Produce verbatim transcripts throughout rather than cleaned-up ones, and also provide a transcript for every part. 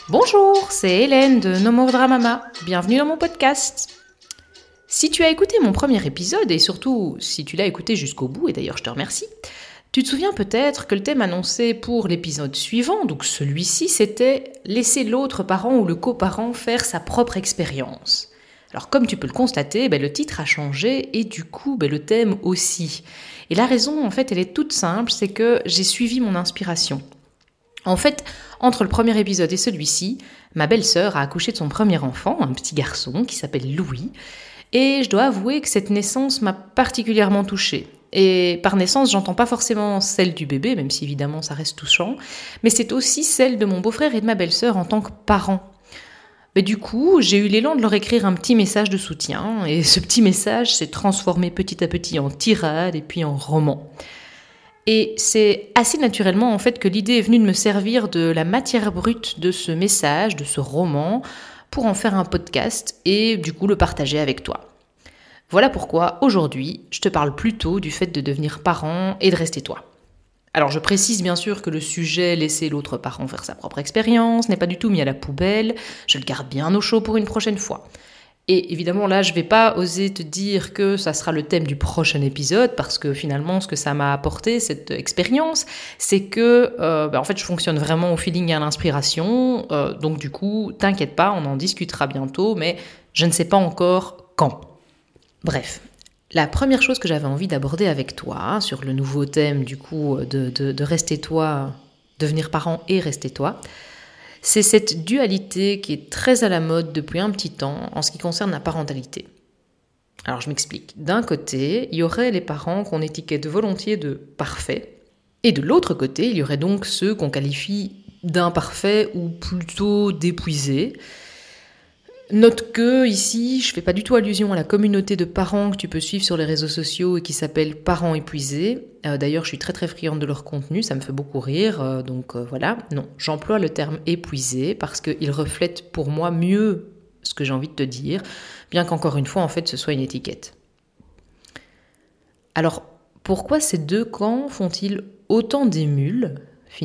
Bonjour, c'est Hélène de No More Dramama. Bienvenue dans mon podcast. Si tu as écouté mon premier épisode, et surtout si tu l'as écouté jusqu'au bout, et d'ailleurs je te remercie, tu te souviens peut-être que le thème annoncé pour l'épisode suivant, donc celui-ci, c'était « Laisser l'autre parent ou le coparent faire sa propre expérience ». Alors comme tu peux le constater, ben, le titre a changé et du coup ben, le thème aussi. Et la raison, en fait, elle est toute simple, c'est que j'ai suivi mon inspiration. En fait, entre le premier épisode et celui-ci, ma belle-sœur a accouché de son premier enfant, un petit garçon qui s'appelle Louis, et je dois avouer que cette naissance m'a particulièrement touchée. Et par naissance, j'entends pas forcément celle du bébé, même si évidemment ça reste touchant, mais c'est aussi celle de mon beau-frère et de ma belle-sœur en tant que parents. Mais du coup, j'ai eu l'élan de leur écrire un petit message de soutien, et ce petit message s'est transformé petit à petit en tirade et puis en roman. Et c'est assez naturellement en fait que l'idée est venue de me servir de la matière brute de ce message, de ce roman, pour en faire un podcast et du coup le partager avec toi. Voilà pourquoi aujourd'hui, je te parle plutôt du fait de devenir parent et de rester toi. Alors je précise bien sûr que le sujet laisser l'autre parent faire sa propre expérience n'est pas du tout mis à la poubelle, je le garde bien au chaud pour une prochaine fois. Et évidemment, là, je ne vais pas oser te dire que ça sera le thème du prochain épisode, parce que finalement, ce que ça m'a apporté, cette expérience, c'est que, euh, ben, en fait, je fonctionne vraiment au feeling et à l'inspiration. Euh, donc, du coup, t'inquiète pas, on en discutera bientôt, mais je ne sais pas encore quand. Bref, la première chose que j'avais envie d'aborder avec toi, sur le nouveau thème, du coup, de, de, de rester toi, devenir parent et rester toi, c'est cette dualité qui est très à la mode depuis un petit temps en ce qui concerne la parentalité. Alors je m'explique. D'un côté, il y aurait les parents qu'on étiquette volontiers de parfaits, et de l'autre côté, il y aurait donc ceux qu'on qualifie d'imparfaits ou plutôt d'épuisés. Note que, ici, je ne fais pas du tout allusion à la communauté de parents que tu peux suivre sur les réseaux sociaux et qui s'appelle Parents épuisés. Euh, d'ailleurs, je suis très très friande de leur contenu, ça me fait beaucoup rire, euh, donc euh, voilà. Non, j'emploie le terme épuisé parce qu'il reflète pour moi mieux ce que j'ai envie de te dire, bien qu'encore une fois, en fait, ce soit une étiquette. Alors, pourquoi ces deux camps font-ils autant d'émules, finalement ?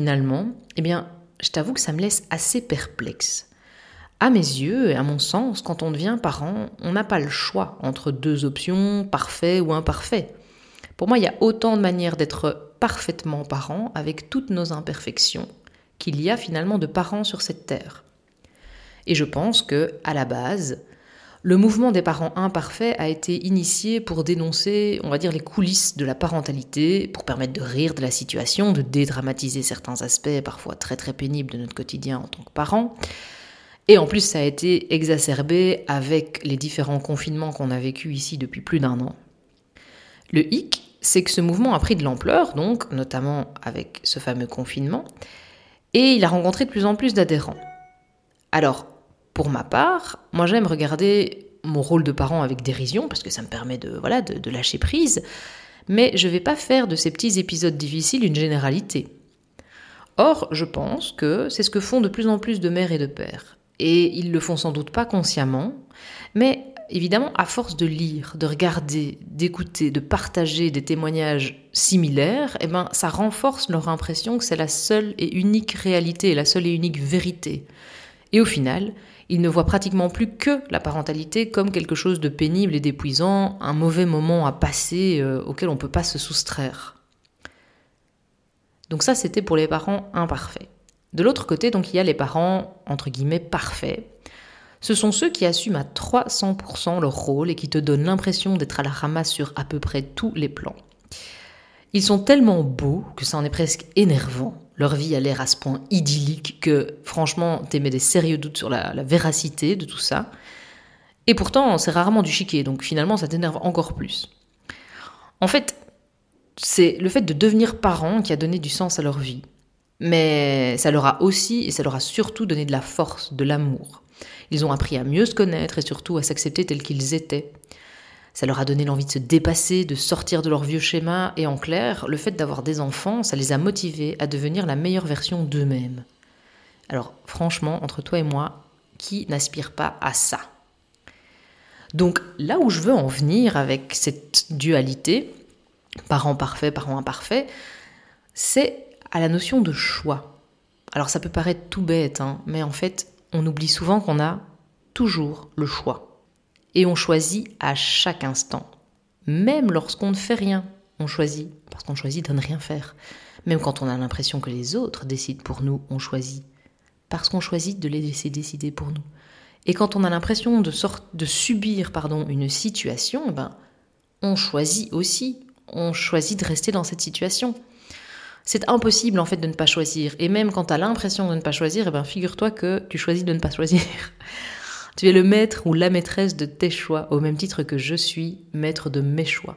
Eh bien, je t'avoue que ça me laisse assez perplexe. À mes yeux et à mon sens, quand on devient parent, on n'a pas le choix entre deux options, parfait ou imparfait. Pour moi, il y a autant de manières d'être parfaitement parent avec toutes nos imperfections qu'il y a finalement de parents sur cette terre. Et je pense que, à la base, le mouvement des parents imparfaits a été initié pour dénoncer, on va dire, les coulisses de la parentalité, pour permettre de rire de la situation, de dédramatiser certains aspects parfois très très pénibles de notre quotidien en tant que parents. Et en plus, ça a été exacerbé avec les différents confinements qu'on a vécus ici depuis plus d'un an. Le hic, c'est que ce mouvement a pris de l'ampleur, donc notamment avec ce fameux confinement, et il a rencontré de plus en plus d'adhérents. Alors, pour ma part, moi j'aime regarder mon rôle de parent avec dérision, parce que ça me permet de, voilà, de, de lâcher prise, mais je ne vais pas faire de ces petits épisodes difficiles une généralité. Or, je pense que c'est ce que font de plus en plus de mères et de pères. Et ils le font sans doute pas consciemment, mais évidemment, à force de lire, de regarder, d'écouter, de partager des témoignages similaires, eh ben, ça renforce leur impression que c'est la seule et unique réalité, la seule et unique vérité. Et au final, ils ne voient pratiquement plus que la parentalité comme quelque chose de pénible et d'épuisant, un mauvais moment à passer euh, auquel on ne peut pas se soustraire. Donc ça, c'était pour les parents imparfaits. De l'autre côté, donc, il y a les parents, entre guillemets, parfaits. Ce sont ceux qui assument à trois cents pour cent leur rôle et qui te donnent l'impression d'être à la ramasse sur à peu près tous les plans. Ils sont tellement beaux que ça en est presque énervant. Leur vie a l'air à ce point idyllique que, franchement, t'émets des sérieux doutes sur la, la véracité de tout ça. Et pourtant, c'est rarement du chiquet, donc finalement, ça t'énerve encore plus. En fait, c'est le fait de devenir parent qui a donné du sens à leur vie. Mais ça leur a aussi, et ça leur a surtout donné de la force, de l'amour. Ils ont appris à mieux se connaître et surtout à s'accepter tels qu'ils étaient. Ça leur a donné l'envie de se dépasser, de sortir de leur vieux schéma, et en clair, le fait d'avoir des enfants, ça les a motivés à devenir la meilleure version d'eux-mêmes. Alors franchement, entre toi et moi, qui n'aspire pas à ça ? Donc là où je veux en venir avec cette dualité, parents parfaits, parents imparfaits, c'est à la notion de choix. Alors ça peut paraître tout bête, hein, mais en fait, on oublie souvent qu'on a toujours le choix. Et on choisit à chaque instant. Même lorsqu'on ne fait rien, on choisit, parce qu'on choisit de ne rien faire. Même quand on a l'impression que les autres décident pour nous, on choisit. Parce qu'on choisit de les laisser décider pour nous. Et quand on a l'impression de, sort, de subir pardon, une situation, ben, on choisit aussi. On choisit de rester dans cette situation. C'est impossible en fait de ne pas choisir. Et même quand tu as l'impression de ne pas choisir, eh ben, figure-toi que tu choisis de ne pas choisir. Tu es le maître ou la maîtresse de tes choix, au même titre que je suis maître de mes choix.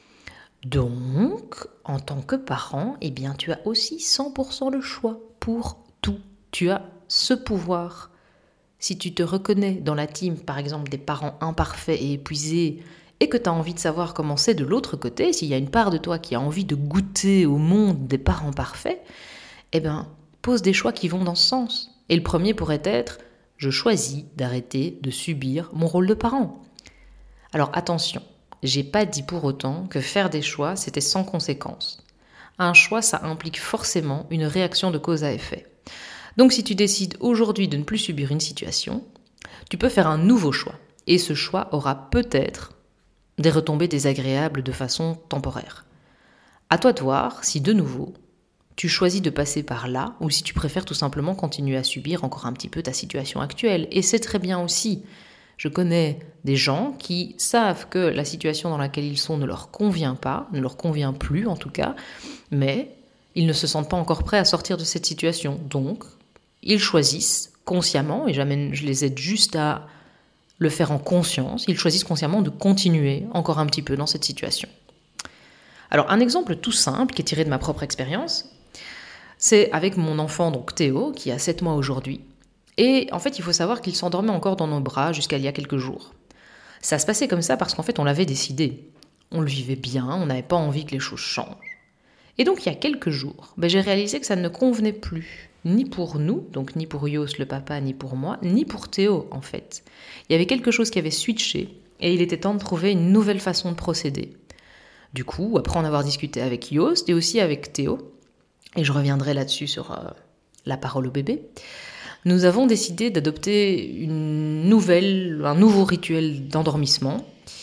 Donc, en tant que parent, eh bien, tu as aussi cent pour cent le choix pour tout. Tu as ce pouvoir. Si tu te reconnais dans la team, par exemple, des parents imparfaits et épuisés, et que tu as envie de savoir comment c'est de l'autre côté, s'il y a une part de toi qui a envie de goûter au monde des parents parfaits, eh bien, pose des choix qui vont dans ce sens. Et le premier pourrait être, je choisis d'arrêter de subir mon rôle de parent. Alors attention, j'ai pas dit pour autant que faire des choix, c'était sans conséquence. Un choix, ça implique forcément une réaction de cause à effet. Donc si tu décides aujourd'hui de ne plus subir une situation, tu peux faire un nouveau choix. Et ce choix aura peut-être des retombées désagréables de façon temporaire. À toi de voir si de nouveau, tu choisis de passer par là ou si tu préfères tout simplement continuer à subir encore un petit peu ta situation actuelle. Et c'est très bien aussi. Je connais des gens qui savent que la situation dans laquelle ils sont ne leur convient pas, ne leur convient plus en tout cas, mais ils ne se sentent pas encore prêts à sortir de cette situation. Donc, ils choisissent consciemment, et j'amène, je les aide juste à le faire en conscience, ils choisissent consciemment de continuer encore un petit peu dans cette situation. Alors, un exemple tout simple qui est tiré de ma propre expérience, c'est avec mon enfant, donc Théo, qui a sept mois aujourd'hui. Et en fait, il faut savoir qu'il s'endormait encore dans nos bras jusqu'à il y a quelques jours. Ça se passait comme ça parce qu'en fait, on l'avait décidé. On le vivait bien, on n'avait pas envie que les choses changent. Et donc, il y a quelques jours, ben, j'ai réalisé que ça ne convenait plus, ni pour nous, donc ni pour Yos, le papa, ni pour moi, ni pour Théo, en fait. Il y avait quelque chose qui avait switché, et il était temps de trouver une nouvelle façon de procéder. Du coup, après en avoir discuté avec Yos, et aussi avec Théo, et je reviendrai là-dessus sur euh, la parole au bébé, nous avons décidé d'adopter une nouvelle, un nouveau rituel d'endormissement.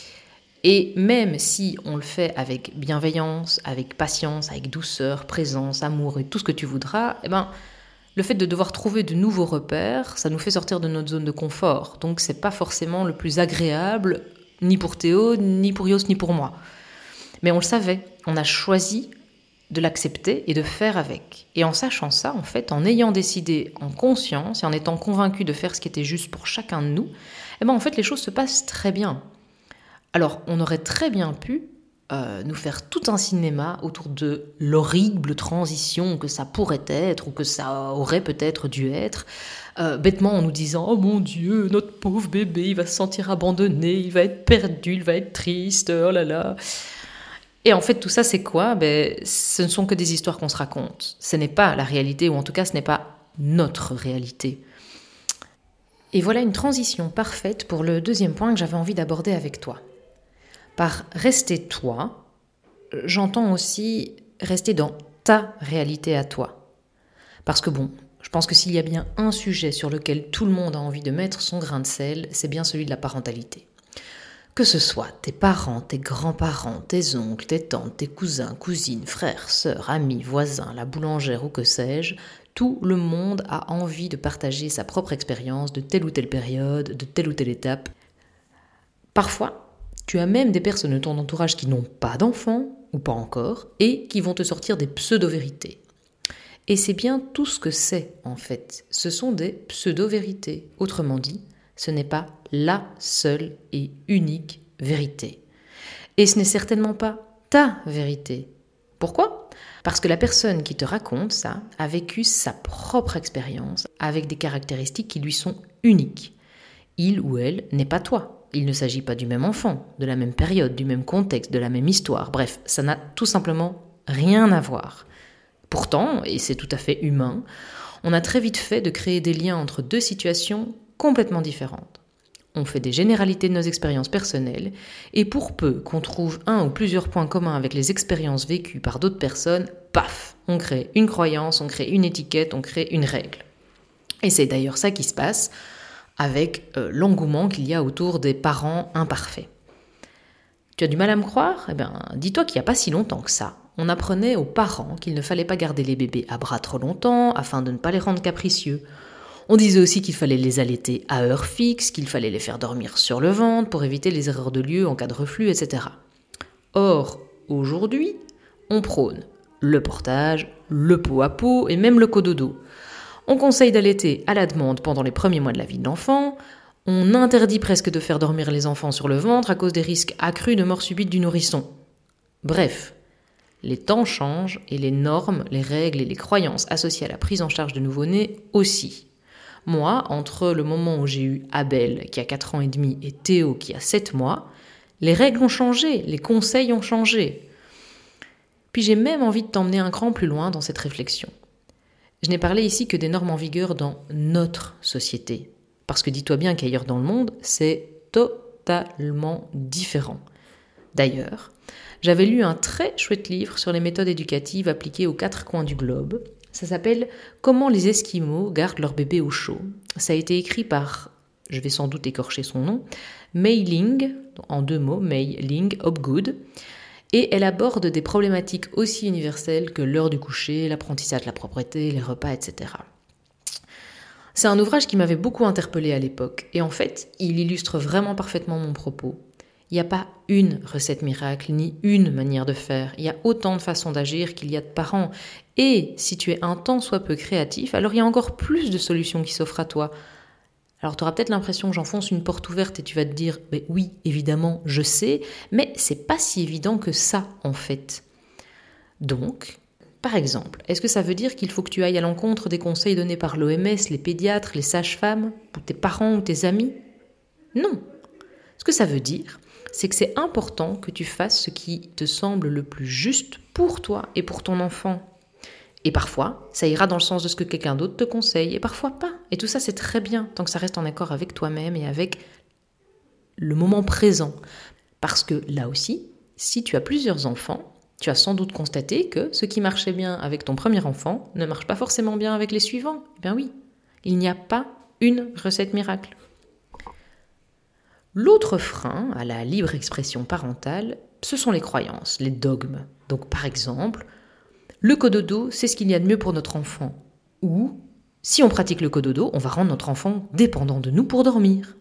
Et même si on le fait avec bienveillance, avec patience, avec douceur, présence, amour et tout ce que tu voudras, eh ben, le fait de devoir trouver de nouveaux repères, ça nous fait sortir de notre zone de confort. Donc c'est pas forcément le plus agréable, ni pour Théo, ni pour Yos, ni pour moi. Mais on le savait, on a choisi de l'accepter et de faire avec. Et en sachant ça, en fait, en ayant décidé en conscience et en étant convaincu de faire ce qui était juste pour chacun de nous, eh ben, en fait, les choses se passent très bien. Alors, on aurait très bien pu euh, nous faire tout un cinéma autour de l'horrible transition que ça pourrait être ou que ça aurait peut-être dû être, euh, bêtement en nous disant « Oh mon Dieu, notre pauvre bébé, il va se sentir abandonné, il va être perdu, il va être triste, oh là là !» Et en fait, tout ça, c'est quoi ? Ben, ce ne sont que des histoires qu'on se raconte. Ce n'est pas la réalité, ou en tout cas, ce n'est pas notre réalité. Et voilà une transition parfaite pour le deuxième point que j'avais envie d'aborder avec toi. Par rester toi, j'entends aussi rester dans ta réalité à toi. Parce que bon, je pense que s'il y a bien un sujet sur lequel tout le monde a envie de mettre son grain de sel, c'est bien celui de la parentalité. Que ce soit tes parents, tes grands-parents, tes oncles, tes tantes, tes cousins, cousines, frères, sœurs, amis, voisins, la boulangère ou que sais-je, tout le monde a envie de partager sa propre expérience de telle ou telle période, de telle ou telle étape. Parfois, tu as même des personnes de ton entourage qui n'ont pas d'enfants, ou pas encore, et qui vont te sortir des pseudo-vérités. Et c'est bien tout ce que c'est, en fait. Ce sont des pseudo-vérités. Autrement dit, ce n'est pas la seule et unique vérité. Et ce n'est certainement pas ta vérité. Pourquoi ? Parce que la personne qui te raconte ça a vécu sa propre expérience avec des caractéristiques qui lui sont uniques. Il ou elle n'est pas toi. Il ne s'agit pas du même enfant, de la même période, du même contexte, de la même histoire. Bref, ça n'a tout simplement rien à voir. Pourtant, et c'est tout à fait humain, on a très vite fait de créer des liens entre deux situations complètement différentes. On fait des généralités de nos expériences personnelles et pour peu qu'on trouve un ou plusieurs points communs avec les expériences vécues par d'autres personnes, paf, on crée une croyance, on crée une étiquette, on crée une règle. Et c'est d'ailleurs ça qui se passe avec euh, l'engouement qu'il y a autour des parents imparfaits. Tu as du mal à me croire ? Eh bien, dis-toi qu'il n'y a pas si longtemps que ça, on apprenait aux parents qu'il ne fallait pas garder les bébés à bras trop longtemps afin de ne pas les rendre capricieux. On disait aussi qu'il fallait les allaiter à heure fixe, qu'il fallait les faire dormir sur le ventre pour éviter les erreurs de lieu en cas de reflux, et cetera. Or, aujourd'hui, on prône le portage, le pot à pot et même le cododo. On conseille d'allaiter à la demande pendant les premiers mois de la vie de l'enfant. On interdit presque de faire dormir les enfants sur le ventre à cause des risques accrus de mort subite du nourrisson. Bref, les temps changent et les normes, les règles et les croyances associées à la prise en charge de nouveau-nés aussi. Moi, entre le moment où j'ai eu Abel, qui a quatre ans et demi, et Théo, qui a sept mois, les règles ont changé, les conseils ont changé. Puis j'ai même envie de t'emmener un cran plus loin dans cette réflexion. Je n'ai parlé ici que des normes en vigueur dans notre société. Parce que dis-toi bien qu'ailleurs dans le monde, c'est totalement différent. D'ailleurs, j'avais lu un très chouette livre sur les méthodes éducatives appliquées aux quatre coins du globe. Ça s'appelle « Comment les Esquimaux gardent leur bébé au chaud ». Ça a été écrit par, je vais sans doute écorcher son nom, Mei Ling, en deux mots, Mei Ling Hopgood. Et elle aborde des problématiques aussi universelles que l'heure du coucher, l'apprentissage de la propreté, les repas, et cetera. C'est un ouvrage qui m'avait beaucoup interpellée à l'époque. Et en fait, il illustre vraiment parfaitement mon propos. Il n'y a pas une recette miracle, ni une manière de faire. Il y a autant de façons d'agir qu'il y a de parents. Et si tu es un tant soit peu créatif, alors il y a encore plus de solutions qui s'offrent à toi. Alors tu auras peut-être l'impression que j'enfonce une porte ouverte et tu vas te dire « oui, évidemment, je sais », mais c'est pas si évident que ça, en fait. Donc, par exemple, est-ce que ça veut dire qu'il faut que tu ailles à l'encontre des conseils donnés par l'O M S, les pédiatres, les sages-femmes, ou tes parents ou tes amis ? Non. Ce que ça veut dire, c'est que c'est important que tu fasses ce qui te semble le plus juste pour toi et pour ton enfant. Et parfois, ça ira dans le sens de ce que quelqu'un d'autre te conseille, et parfois pas. Et tout ça, c'est très bien, tant que ça reste en accord avec toi-même et avec le moment présent. Parce que là aussi, si tu as plusieurs enfants, tu as sans doute constaté que ce qui marchait bien avec ton premier enfant ne marche pas forcément bien avec les suivants. Eh bien oui, il n'y a pas une recette miracle. L'autre frein à la libre expression parentale, ce sont les croyances, les dogmes. Donc par exemple, le cododo, c'est ce qu'il y a de mieux pour notre enfant. Ou, si on pratique le cododo, on va rendre notre enfant dépendant de nous pour dormir.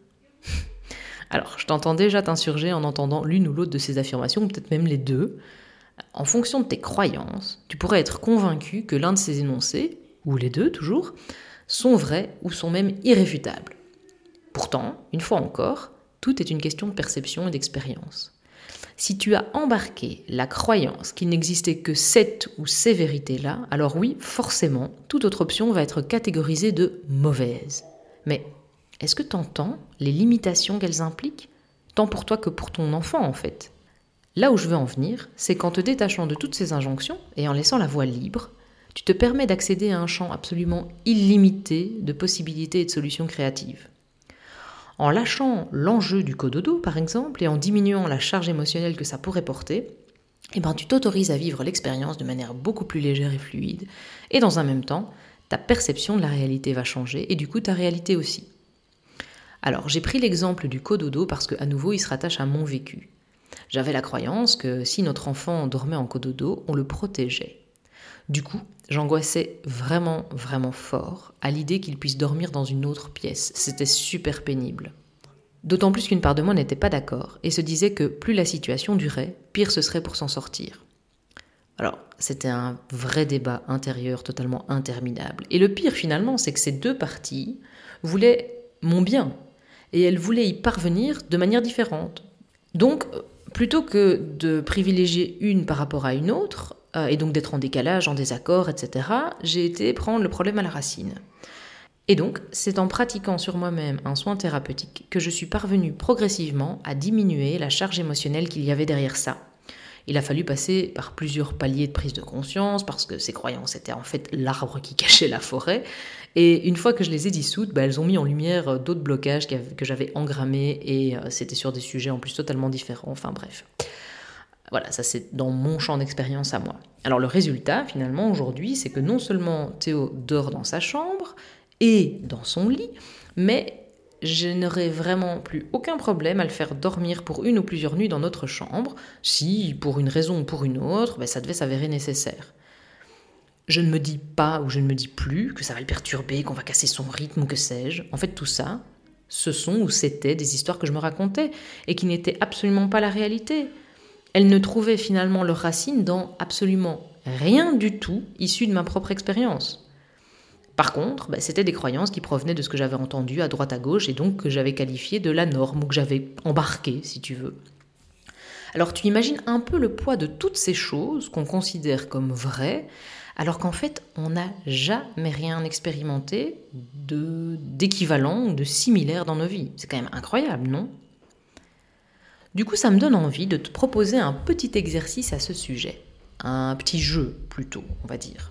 Alors, je t'entends déjà t'insurger en entendant l'une ou l'autre de ces affirmations, ou peut-être même les deux. En fonction de tes croyances, tu pourrais être convaincu que l'un de ces énoncés, ou les deux toujours, sont vrais ou sont même irréfutables. Pourtant, une fois encore, tout est une question de perception et d'expérience. Si tu as embarqué la croyance qu'il n'existait que cette ou ces vérités-là, alors oui, forcément, toute autre option va être catégorisée de mauvaise. Mais est-ce que tu entends les limitations qu'elles impliquent, tant pour toi que pour ton enfant en fait ? Là où je veux en venir, c'est qu'en te détachant de toutes ces injonctions et en laissant la voie libre, tu te permets d'accéder à un champ absolument illimité de possibilités et de solutions créatives. En lâchant l'enjeu du cododo, par exemple, et en diminuant la charge émotionnelle que ça pourrait porter, eh ben, tu t'autorises à vivre l'expérience de manière beaucoup plus légère et fluide. Et dans un même temps, ta perception de la réalité va changer, et du coup ta réalité aussi. Alors, j'ai pris l'exemple du cododo parce qu'à nouveau, il se rattache à mon vécu. J'avais la croyance que si notre enfant dormait en cododo, on le protégeait. Du coup, j'angoissais vraiment, vraiment fort à l'idée qu'il puisse dormir dans une autre pièce. C'était super pénible. D'autant plus qu'une part de moi n'était pas d'accord et se disait que plus la situation durait, pire ce serait pour s'en sortir. Alors, c'était un vrai débat intérieur totalement interminable. Et le pire finalement, c'est que ces deux parties voulaient mon bien et elles voulaient y parvenir de manière différente. Donc, plutôt que de privilégier une par rapport à une autre, euh, et donc d'être en décalage, en désaccord, et cetera, j'ai été prendre le problème à la racine. Et donc, c'est en pratiquant sur moi-même un soin thérapeutique que je suis parvenue progressivement à diminuer la charge émotionnelle qu'il y avait derrière ça. Il a fallu passer par plusieurs paliers de prise de conscience, parce que ces croyances étaient en fait l'arbre qui cachait la forêt. Et une fois que je les ai dissoutes, bah, elles ont mis en lumière d'autres blocages que j'avais engrammés, et c'était sur des sujets en plus totalement différents. Enfin bref. Voilà, ça c'est dans mon champ d'expérience à moi. Alors le résultat, finalement, aujourd'hui, c'est que non seulement Théo dort dans sa chambre, et dans son lit, mais je n'aurais vraiment plus aucun problème à le faire dormir pour une ou plusieurs nuits dans notre chambre, si, pour une raison ou pour une autre, ben, ça devait s'avérer nécessaire. Je ne me dis pas ou je ne me dis plus que ça va le perturber, qu'on va casser son rythme ou que sais-je. En fait, tout ça, ce sont ou c'était des histoires que je me racontais et qui n'étaient absolument pas la réalité. Elles ne trouvaient finalement leur racine dans absolument rien du tout issu de ma propre expérience. Par contre, bah, c'était des croyances qui provenaient de ce que j'avais entendu à droite à gauche et donc que j'avais qualifié de la norme ou que j'avais embarqué, si tu veux. Alors tu imagines un peu le poids de toutes ces choses qu'on considère comme vraies, alors qu'en fait, on n'a jamais rien expérimenté de, d'équivalent ou de similaire dans nos vies. C'est quand même incroyable, non ? Du coup, ça me donne envie de te proposer un petit exercice à ce sujet. Un petit jeu, plutôt, on va dire.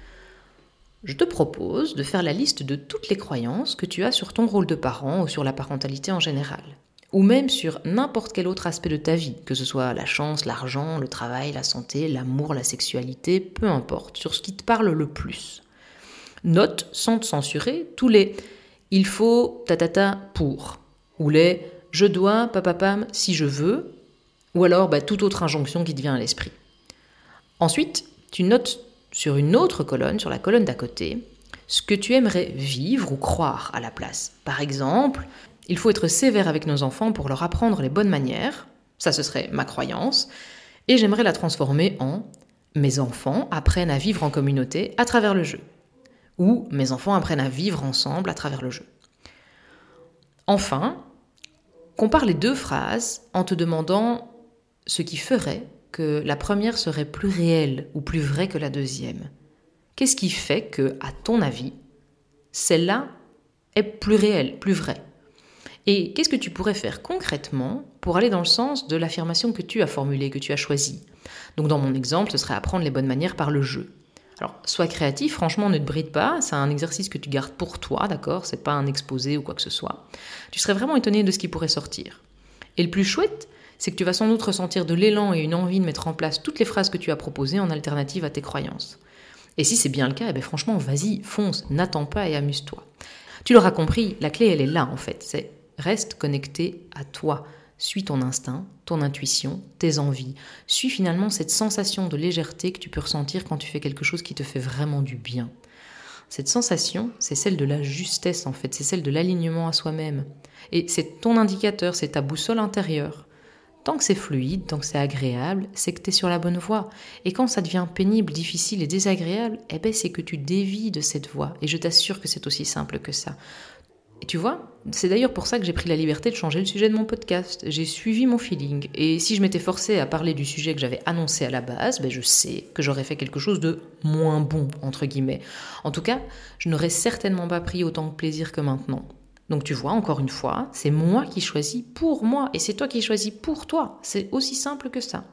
Je te propose de faire la liste de toutes les croyances que tu as sur ton rôle de parent ou sur la parentalité en général. Ou même sur n'importe quel autre aspect de ta vie, que ce soit la chance, l'argent, le travail, la santé, l'amour, la sexualité, peu importe, sur ce qui te parle le plus. Note, sans te censurer, tous les « il faut tatata pour » ou les « je dois papapam si je veux » ou alors bah, toute autre injonction qui te vient à l'esprit. Ensuite, tu notes sur une autre colonne, sur la colonne d'à côté, ce que tu aimerais vivre ou croire à la place. Par exemple, il faut être sévère avec nos enfants pour leur apprendre les bonnes manières, ça ce serait ma croyance, et j'aimerais la transformer en « mes enfants apprennent à vivre en communauté à travers le jeu » ou « mes enfants apprennent à vivre ensemble à travers le jeu ». Enfin, compare les deux phrases en te demandant ce qui ferait que la première serait plus réelle ou plus vraie que la deuxième. Qu'est-ce qui fait que, à ton avis, celle-là est plus réelle, plus vraie ? Et qu'est-ce que tu pourrais faire concrètement pour aller dans le sens de l'affirmation que tu as formulée, que tu as choisie ? Donc dans mon exemple, ce serait apprendre les bonnes manières par le jeu. Alors, sois créatif, franchement, ne te bride pas, c'est un exercice que tu gardes pour toi, d'accord ? C'est pas un exposé ou quoi que ce soit. Tu serais vraiment étonné de ce qui pourrait sortir. Et le plus chouette, c'est que tu vas sans doute ressentir de l'élan et une envie de mettre en place toutes les phrases que tu as proposées en alternative à tes croyances. Et si c'est bien le cas, eh bien franchement, vas-y, fonce, n'attends pas et amuse-toi. Tu l'auras compris, la clé, elle est là en fait, c'est reste connecté à toi. Suis ton instinct, ton intuition, tes envies. Suis finalement cette sensation de légèreté que tu peux ressentir quand tu fais quelque chose qui te fait vraiment du bien. Cette sensation, c'est celle de la justesse en fait, c'est celle de l'alignement à soi-même. Et c'est ton indicateur, c'est ta boussole intérieure. Tant que c'est fluide, tant que c'est agréable, c'est que tu es sur la bonne voie. Et quand ça devient pénible, difficile et désagréable, eh ben c'est que tu dévies de cette voie. Et je t'assure que c'est aussi simple que ça. Et tu vois, c'est d'ailleurs pour ça que j'ai pris la liberté de changer le sujet de mon podcast. J'ai suivi mon feeling. Et si je m'étais forcée à parler du sujet que j'avais annoncé à la base, ben je sais que j'aurais fait quelque chose de moins bon, entre guillemets. En tout cas, je n'aurais certainement pas pris autant de plaisir que maintenant. Donc tu vois, encore une fois, c'est moi qui choisis pour moi et c'est toi qui choisis pour toi. C'est aussi simple que ça.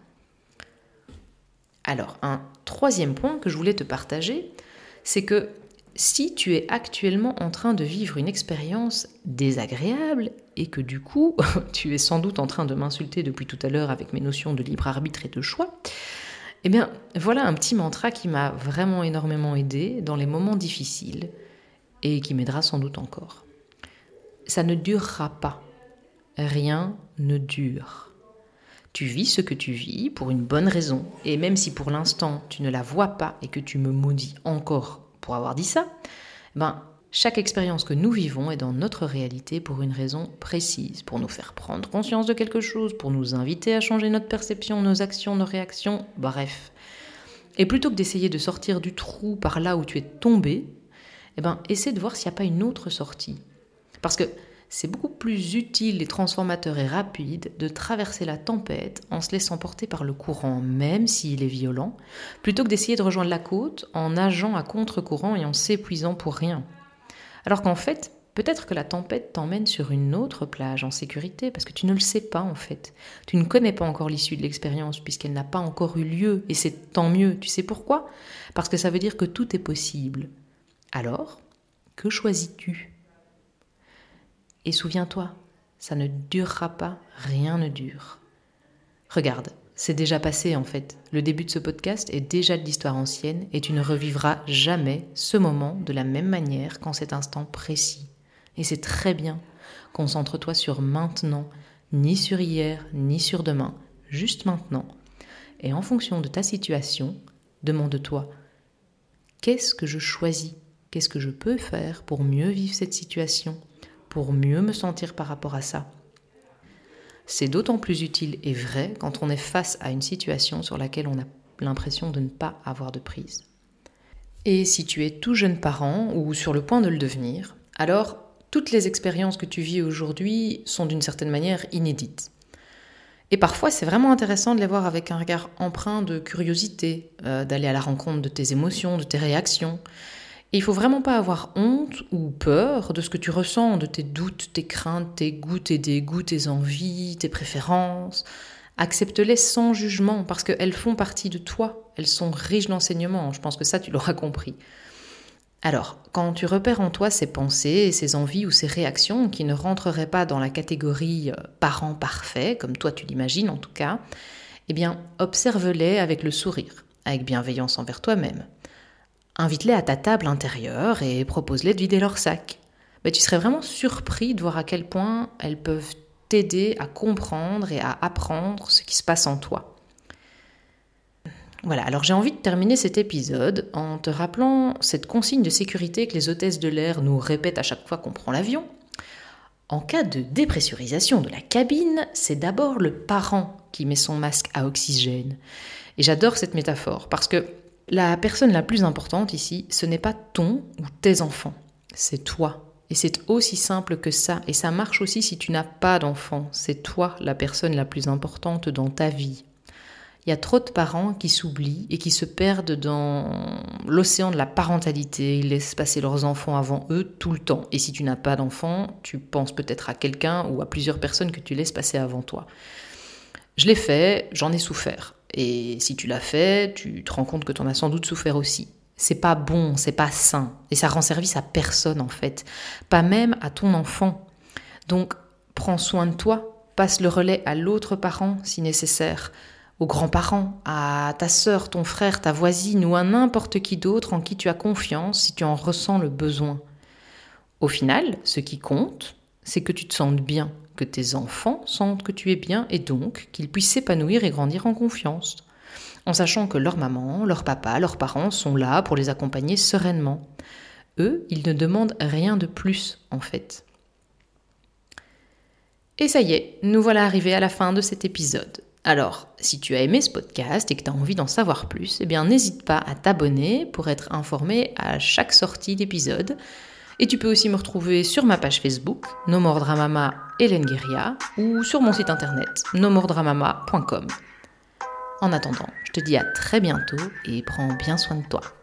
Alors, un troisième point que je voulais te partager, c'est que si tu es actuellement en train de vivre une expérience désagréable et que du coup, tu es sans doute en train de m'insulter depuis tout à l'heure avec mes notions de libre arbitre et de choix, eh bien, voilà un petit mantra qui m'a vraiment énormément aidé dans les moments difficiles et qui m'aidera sans doute encore. Ça ne durera pas. Rien ne dure. Tu vis ce que tu vis pour une bonne raison. Et même si pour l'instant tu ne la vois pas et que tu me maudis encore pour avoir dit ça, ben, chaque expérience que nous vivons est dans notre réalité pour une raison précise, pour nous faire prendre conscience de quelque chose, pour nous inviter à changer notre perception, nos actions, nos réactions, bref. Et plutôt que d'essayer de sortir du trou par là où tu es tombé, eh ben, essaie de voir s'il n'y a pas une autre sortie. Parce que c'est beaucoup plus utile et transformateur et rapide de traverser la tempête en se laissant porter par le courant, même s'il est violent, plutôt que d'essayer de rejoindre la côte en nageant à contre-courant et en s'épuisant pour rien. Alors qu'en fait, peut-être que la tempête t'emmène sur une autre plage en sécurité, parce que tu ne le sais pas en fait. Tu ne connais pas encore l'issue de l'expérience puisqu'elle n'a pas encore eu lieu, et c'est tant mieux. Tu sais pourquoi ? Parce que ça veut dire que tout est possible. Alors, que choisis-tu ? Et souviens-toi, ça ne durera pas, rien ne dure. Regarde, c'est déjà passé en fait. Le début de ce podcast est déjà de l'histoire ancienne et tu ne revivras jamais ce moment de la même manière qu'en cet instant précis. Et c'est très bien. Concentre-toi sur maintenant, ni sur hier, ni sur demain, juste maintenant. Et en fonction de ta situation, demande-toi, qu'est-ce que je choisis ? Qu'est-ce que je peux faire pour mieux vivre cette situation ? Pour mieux me sentir par rapport à ça ? C'est d'autant plus utile et vrai quand on est face à une situation sur laquelle on a l'impression de ne pas avoir de prise. Et si tu es tout jeune parent ou sur le point de le devenir, alors toutes les expériences que tu vis aujourd'hui sont d'une certaine manière inédites. Et parfois, c'est vraiment intéressant de les voir avec un regard empreint de curiosité, euh, d'aller à la rencontre de tes émotions, de tes réactions. Et il ne faut vraiment pas avoir honte ou peur de ce que tu ressens, de tes doutes, tes craintes, tes goûts, tes dégoûts, tes envies, tes préférences. Accepte-les sans jugement parce qu'elles font partie de toi. Elles sont riches d'enseignements. Je pense que ça, tu l'auras compris. Alors, quand tu repères en toi ces pensées, ces envies ou ces réactions qui ne rentreraient pas dans la catégorie parent parfait, comme toi tu l'imagines en tout cas, eh bien, observe-les avec le sourire, avec bienveillance envers toi-même. Invite-les à ta table intérieure et propose-les de vider leur sac. Mais tu serais vraiment surpris de voir à quel point elles peuvent t'aider à comprendre et à apprendre ce qui se passe en toi. Voilà, alors j'ai envie de terminer cet épisode en te rappelant cette consigne de sécurité que les hôtesses de l'air nous répètent à chaque fois qu'on prend l'avion. En cas de dépressurisation de la cabine, c'est d'abord le parent qui met son masque à oxygène. Et j'adore cette métaphore parce que la personne la plus importante ici, ce n'est pas ton ou tes enfants, c'est toi. Et c'est aussi simple que ça. Et ça marche aussi si tu n'as pas d'enfants. C'est toi la personne la plus importante dans ta vie. Il y a trop de parents qui s'oublient et qui se perdent dans l'océan de la parentalité. Ils laissent passer leurs enfants avant eux tout le temps. Et si tu n'as pas d'enfants, tu penses peut-être à quelqu'un ou à plusieurs personnes que tu laisses passer avant toi. Je l'ai fait, j'en ai souffert. Et si tu l'as fait, tu te rends compte que tu en as sans doute souffert aussi. C'est pas bon, c'est pas sain. Et ça rend service à personne en fait. Pas même à ton enfant. Donc, prends soin de toi. Passe le relais à l'autre parent si nécessaire. Aux grands-parents, à ta sœur, ton frère, ta voisine ou à n'importe qui d'autre en qui tu as confiance si tu en ressens le besoin. Au final, ce qui compte, c'est que tu te sentes bien, que tes enfants sentent que tu es bien et donc qu'ils puissent s'épanouir et grandir en confiance, en sachant que leur maman, leur papa, leurs parents sont là pour les accompagner sereinement. Eux, ils ne demandent rien de plus, en fait. Et ça y est, nous voilà arrivés à la fin de cet épisode. Alors, si tu as aimé ce podcast et que tu as envie d'en savoir plus, eh bien n'hésite pas à t'abonner pour être informé à chaque sortie d'épisode. Et tu peux aussi me retrouver sur ma page Facebook, No More Dramama Hélène Guéria, ou sur mon site internet, no more dramama point com. En attendant, je te dis à très bientôt et prends bien soin de toi.